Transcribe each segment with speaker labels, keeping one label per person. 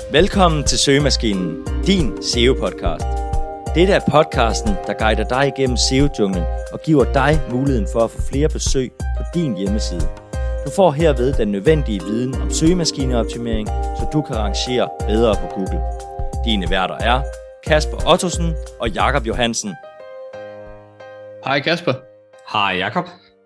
Speaker 1: Velkommen til Søgemaskinen, din SEO-podcast. Dette er podcasten, der guider dig igennem SEO-junglen og giver dig muligheden for at få flere besøg på din hjemmeside. Du får herved den nødvendige viden om søgemaskineoptimering, så du kan rangere bedre på Google. Dine værter er Kasper Ottosen og Jakob Johansen.
Speaker 2: Hej Kasper.
Speaker 3: Hej Jakob.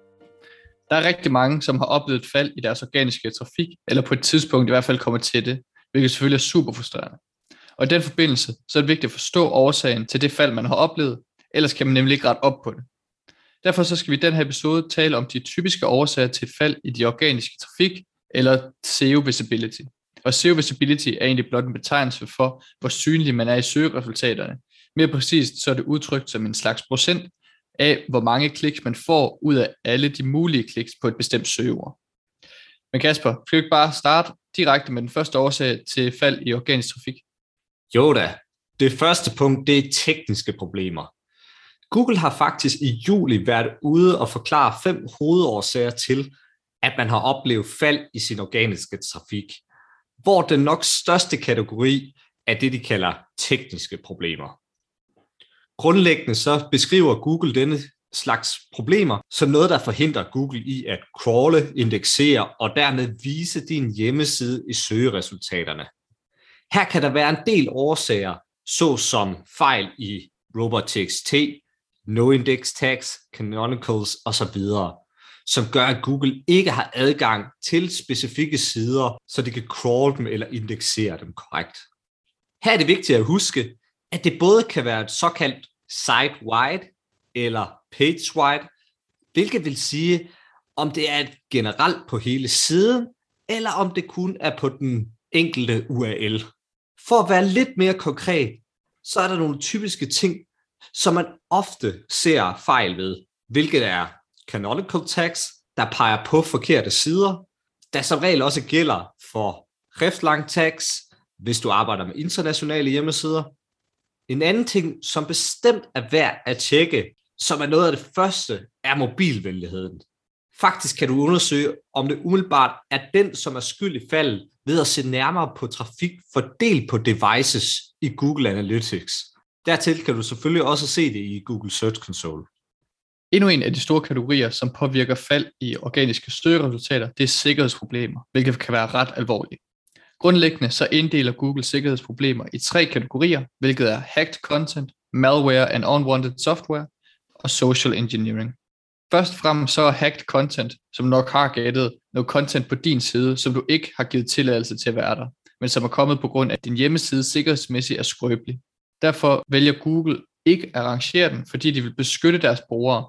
Speaker 2: Der er rigtig mange, som har oplevet et fald i deres organiske trafik, eller på et tidspunkt i hvert fald kommer til det, hvilket selvfølgelig er super frustrerende. Og i den forbindelse, så er det vigtigt at forstå årsagen til det fald, man har oplevet, ellers kan man nemlig ikke rette op på det. Derfor så skal vi i den her episode tale om de typiske årsager til et fald i de organiske trafik, eller SEO visibility. Og SEO visibility er egentlig blot en betegnelse for, hvor synlig man er i søgeresultaterne. Mere præcist så er det udtrykt som en slags procent af, hvor mange kliks man får ud af alle de mulige kliks på et bestemt søgeord. Men Kasper, skal vi ikke bare starte direkte med den første årsag til fald i organisk trafik?
Speaker 3: Jo da, det første punkt, det er tekniske problemer. Google har faktisk i juli været ude og forklare 5 hovedårsager til, at man har oplevet fald i sin organiske trafik, hvor den nok største kategori er det, de kalder tekniske problemer. Grundlæggende så beskriver Google denne slags problemer som noget, der forhindrer Google i at crawle, indeksere og dermed vise din hjemmeside i søgeresultaterne. Her kan der være en del årsager, såsom fejl i robot.txt, no-index tags, canonicals osv., som gør, at Google ikke har adgang til specifikke sider, så de kan crawl dem eller indeksere dem korrekt. Her er det vigtigt at huske, at det både kan være et såkaldt site-wide eller page-wide, hvilket vil sige, om det er et generelt på hele siden, eller om det kun er på den enkelte URL. For at være lidt mere konkret, så er der nogle typiske ting, som man ofte ser fejl ved, hvilket er canonical tags, der peger på forkerte sider, der som regel også gælder for hreflang tags, hvis du arbejder med internationale hjemmesider. En anden ting, som bestemt er værd at tjekke, som er noget af det første, er mobilvenligheden. Faktisk kan du undersøge, om det umiddelbart er den, som er skyld i faldet, ved at se nærmere på trafik fordelt på devices i Google Analytics. Dertil kan du selvfølgelig også se det i Google Search Console.
Speaker 2: Endnu en af de store kategorier, som påvirker fald i organiske søgeresultater, det er sikkerhedsproblemer, hvilket kan være ret alvorligt. Grundlæggende så inddeler Google sikkerhedsproblemer i 3 kategorier, hvilket er hacked content, malware and unwanted software og social engineering. Først og fremmest så er hacked content, som nok har gættet, noget content på din side, som du ikke har givet tilladelse til at være der, men som er kommet på grund af, at din hjemmeside sikkerhedsmæssigt er skrøbelig. Derfor vælger Google ikke at rangere den, fordi de vil beskytte deres brugere.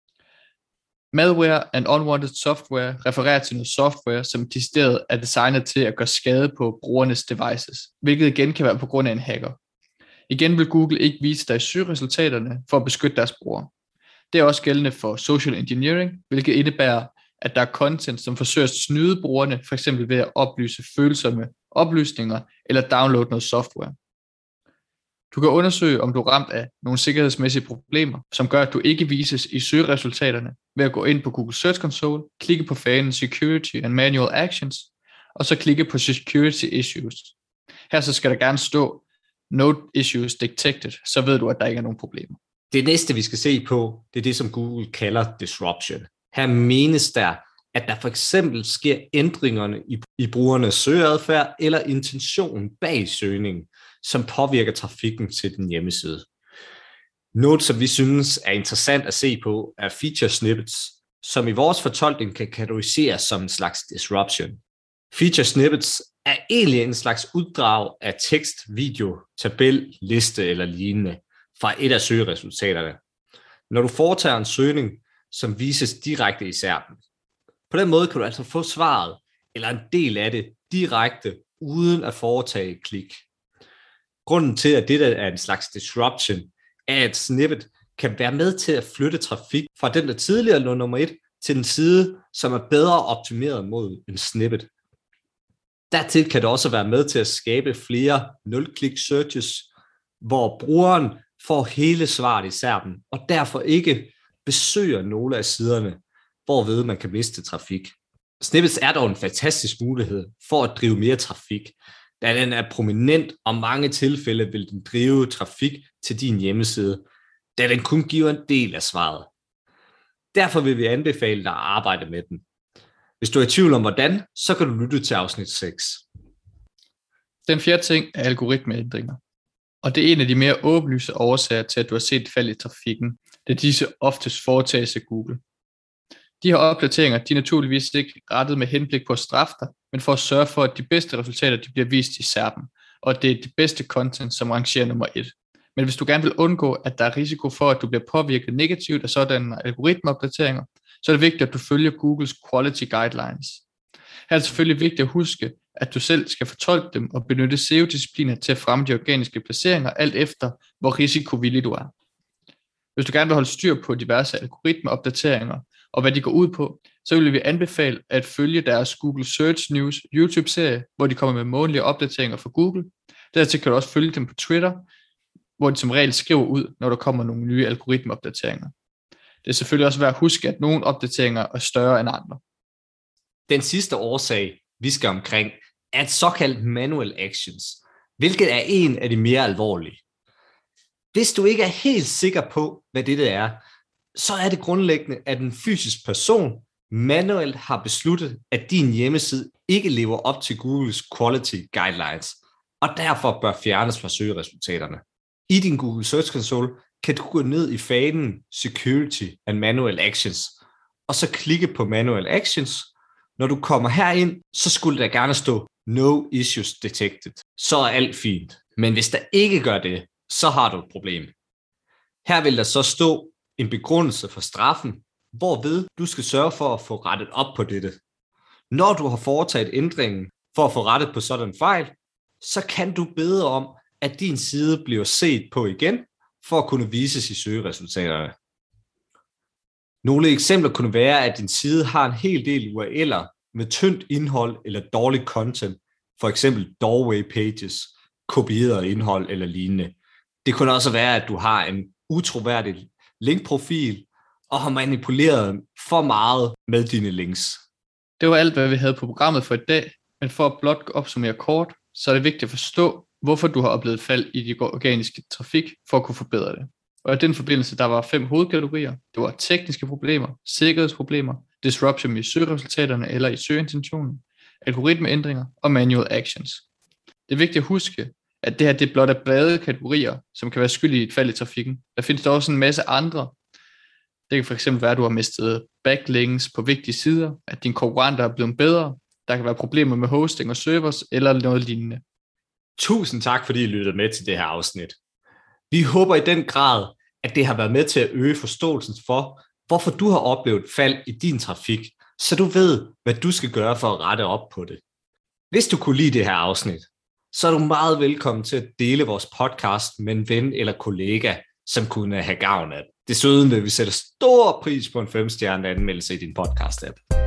Speaker 2: Malware and unwanted software refererer til noget software, som decideret er designet til at gøre skade på brugernes devices, hvilket igen kan være på grund af en hacker. Igen vil Google ikke vise dig søgeresultaterne for at beskytte deres brugere. Det er også gældende for social engineering, hvilket indebærer, at der er content, som forsøger at snyde brugerne, f.eks. ved at oplyse følsomme oplysninger eller downloade noget software. Du kan undersøge, om du er ramt af nogle sikkerhedsmæssige problemer, som gør, at du ikke vises i søgeresultaterne ved at gå ind på Google Search Console, klikke på fanen Security and Manual Actions, og så klikke på Security Issues. Her så skal der gerne stå No Issues Detected, så ved du, at der ikke er nogen problemer.
Speaker 3: Det næste, vi skal se på, det er det, som Google kalder disruption. Her menes der, at der for eksempel sker ændringerne i brugernes søgeadfærd eller intentionen bag søgningen, som påvirker trafikken til din hjemmeside. Noget, som vi synes er interessant at se på, er feature snippets, som i vores fortolkning kan kategoriseres som en slags disruption. Feature snippets er egentlig en slags uddrag af tekst, video, tabel, liste eller lignende fra et af søgeresultaterne. Når du foretager en søgning, som vises direkte i SERP'en. På den måde kan du altså få svaret, eller en del af det, direkte, uden at foretage et klik. Grunden til, at dette er en slags disruption, er, at snippet kan være med til at flytte trafik fra den, der tidligere lå nummer 1, til den side, som er bedre optimeret mod en snippet. Dertil kan det også være med til at skabe flere 0-klik searches, hvor brugeren får hele svaret i SERP'en, og derfor ikke besøger nogle af siderne, hvorved man kan miste trafik. Snippets er dog en fantastisk mulighed for at drive mere trafik, Da den er prominent, og mange tilfælde vil den drive trafik til din hjemmeside, da den kun giver en del af svaret. Derfor vil vi anbefale dig at arbejde med den. Hvis du er i tvivl om hvordan, så kan du lytte til afsnit 6.
Speaker 2: Den fjerde ting er algoritmeændringer. Og det er en af de mere åbenlyse årsager til, at du har set fald i trafikken, da disse oftest foretages af Google. De her opdateringer de er naturligvis ikke rettet med henblik på at straffe dig, men for at sørge for, at de bedste resultater de bliver vist i SERP'en, og at det er det bedste content, som rangerer nummer 1. Men hvis du gerne vil undgå, at der er risiko for, at du bliver påvirket negativt af sådanne algoritmeopdateringer, så er det vigtigt, at du følger Googles Quality Guidelines. Her er det selvfølgelig vigtigt at huske, at du selv skal fortolke dem og benytte SEO-discipliner til at fremme de organiske placeringer, alt efter hvor risikovillig du er. Hvis du gerne vil holde styr på diverse algoritmeopdateringer og hvad de går ud på, så vil vi anbefale at følge deres Google Search News YouTube-serie, hvor de kommer med månedlige opdateringer fra Google. Dertil kan du også følge dem på Twitter, hvor de som regel skriver ud, når der kommer nogle nye algoritmeopdateringer. Det er selvfølgelig også værd at huske, at nogle opdateringer er større end andre.
Speaker 3: Den sidste årsag, vi skal omkring, er et såkaldt manual actions, hvilket er en af de mere alvorlige. Hvis du ikke er helt sikker på, hvad det er, så er det grundlæggende, at en fysisk person manuelt har besluttet, at din hjemmeside ikke lever op til Googles Quality Guidelines, og derfor bør fjernes fra søgeresultaterne. I din Google Search Console kan du gå ned i fanen Security and Manual Actions, og så klikke på Manual Actions. Når du kommer herind, så skulle der gerne stå No Issues Detected. Så er alt fint. Men hvis der ikke gør det, så har du et problem. Her vil der så stå en begrundelse for straffen, hvorved du skal sørge for at få rettet op på dette. Når du har foretaget ændringen for at få rettet på sådan en fejl, så kan du bede om, at din side bliver set på igen, for at kunne vises i søgeresultaterne. Nogle eksempler kunne være, at din side har en hel del URL'er med tyndt indhold eller dårligt content, for eksempel doorway pages, kopieret indhold eller lignende. Det kunne også være, at du har en utroværdig linkprofil og har manipuleret for meget med dine links.
Speaker 2: Det var alt, hvad vi havde på programmet for i dag, men for at blot opsummere kort, så er det vigtigt at forstå, hvorfor du har oplevet fald i de organiske trafik, for at kunne forbedre det. Og i den forbindelse, der var 5 hovedkategorier. Det var tekniske problemer, sikkerhedsproblemer, disruption i søgeresultaterne eller i søgeintentionen, algoritmeændringer og manual actions. Det er vigtigt at huske, at det her det blot er brede kategorier, som kan være skyld i et fald i trafikken. Der findes der også en masse andre. Det kan fx være, at du har mistet backlinks på vigtige sider, at dine konkurrenter er blevet bedre, der kan være problemer med hosting og servers eller noget lignende.
Speaker 3: Tusind tak, fordi I lyttede med til det her afsnit. Vi håber i den grad, at det har været med til at øge forståelsen for, hvorfor du har oplevet fald i din trafik, så du ved, hvad du skal gøre for at rette op på det. Hvis du kunne lide det her afsnit, så er du meget velkommen til at dele vores podcast med en ven eller kollega, som kunne have gavn af det. Desuden vil vi sætte stor pris på en 5-stjerne anmeldelse i din podcast-app.